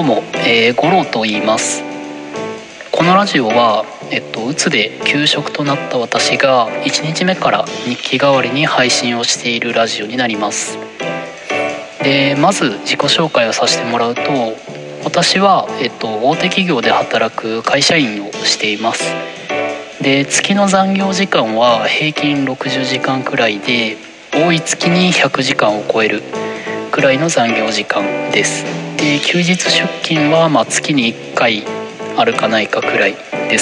どうも、五郎と言います。このラジオは、うつで休職となった私が1日目から日記代わりに配信をしているラジオになります。でまず自己紹介をさせてもらうと、私は、大手企業で働く会社員をしています。で月の残業時間は平均60時間くらいで、多い月に100時間を超えるくらいの残業時間です。で休日出勤は月に1回あるかないかくらいです。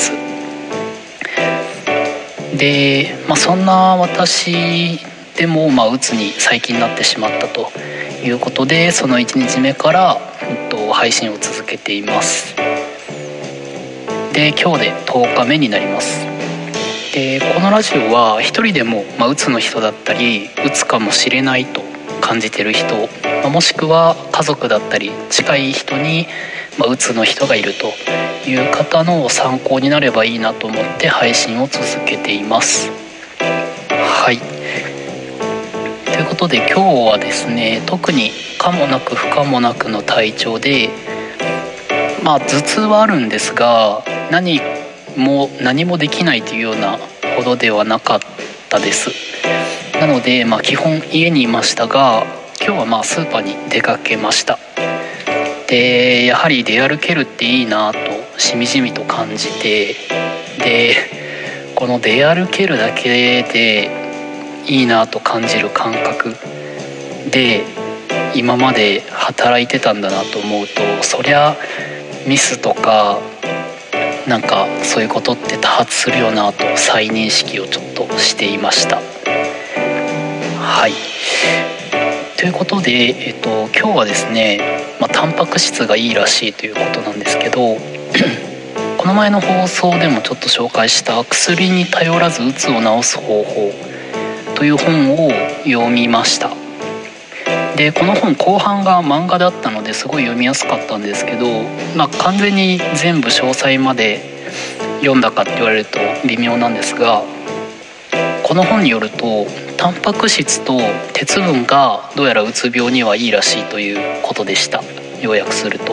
で、そんな私でも、うつに最近なってしまったということで、その1日目から、配信を続けています。で今日で10日目になります。でこのラジオは一人でも、うつの人だったりうつかもしれないと感じてる人、もしくは家族だったり近い人に、うつの人がいるという方の参考になればいいなと思って配信を続けています。はい、ということで今日はですね、特に可もなく不可もなくの体調で、頭痛はあるんですが何もできないというようなほどではなかったです。なので、基本家にいましたが、今日はスーパーに出かけました。でやはり出歩けるっていいなとしみじみと感じて、でこの出歩けるだけでいいなと感じる感覚で今まで働いてたんだなと思うと、そりゃミスとかそういうことって多発するよなと再認識をちょっとしていました。はい、ということで、今日はですね、タンパク質がいいらしいということなんですけどこの前の放送でもちょっと紹介した薬に頼らずうつを治す方法という本を読みました。でこの本後半が漫画だったのですごい読みやすかったんですけど、完全に全部詳細まで読んだかって言われると微妙なんですが、この本によるとタンパク質と鉄分がどうやらうつ病にはいいらしいということでした。要約すると。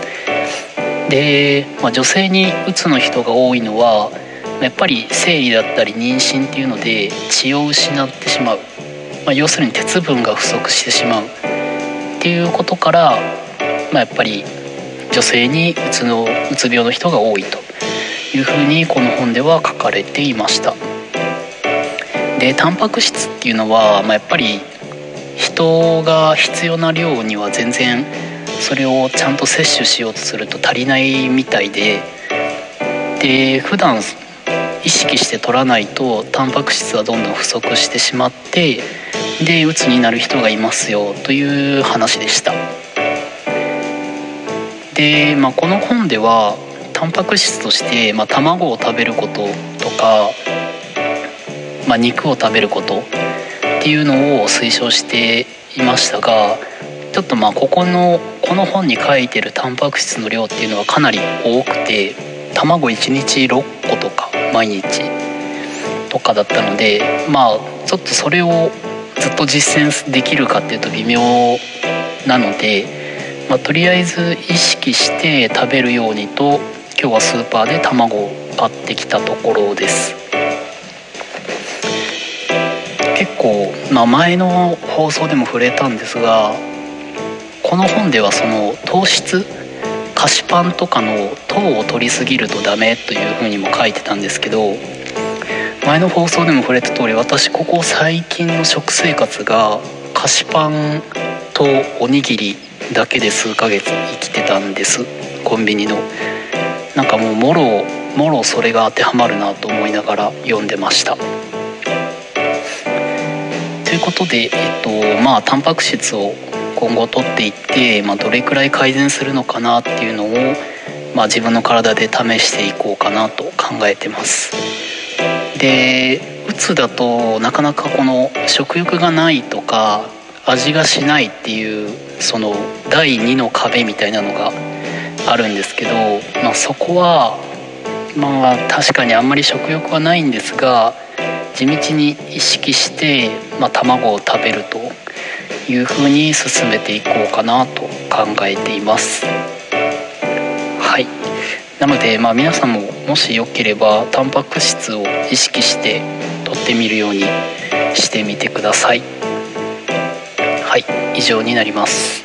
で、女性にうつの人が多いのはやっぱり生理だったり妊娠っていうので血を失ってしまう、要するに鉄分が不足してしまうっていうことから、やっぱり女性にうつ病の人が多いというふうにこの本では書かれていました。でタンパク質っていうのは、やっぱり人が必要な量には全然それをちゃんと摂取しようとすると足りないみたいで、普段意識して取らないとタンパク質はどんどん不足してしまって、でうつになる人がいますよという話でした。で、この本ではタンパク質として、卵を食べることとか、肉を食べることっていうのを推奨していましたが、ちょっとこの本に書いてるタンパク質の量っていうのはかなり多くて、卵1日6個とか毎日とかだったので、ちょっとそれをずっと実践できるかっていうと微妙なので、とりあえず意識して食べるようにと今日はスーパーで卵を買ってきたところです。結構、前の放送でも触れたんですが、この本ではその糖質、菓子パンとかの糖を取りすぎるとダメというふうにも書いてたんですけど、前の放送でも触れた通り、私ここ最近の食生活が菓子パンとおにぎりだけで数ヶ月生きてたんです。コンビニのもうもろそれが当てはまるなと思いながら読んでました。ということで、タンパク質を今後取っていって、どれくらい改善するのかなっていうのを、自分の体で試していこうかなと考えてます。でうつだとなかなかこの食欲がないとか味がしないっていうその第2の壁みたいなのがあるんですけど、そこは確かにあんまり食欲はないんですが、地道に意識して、卵を食べるというふうに進めていこうかなと考えています。 なので皆さんももしよければタンパク質を意識して摂ってみるようにしてみてください。はい、以上になります。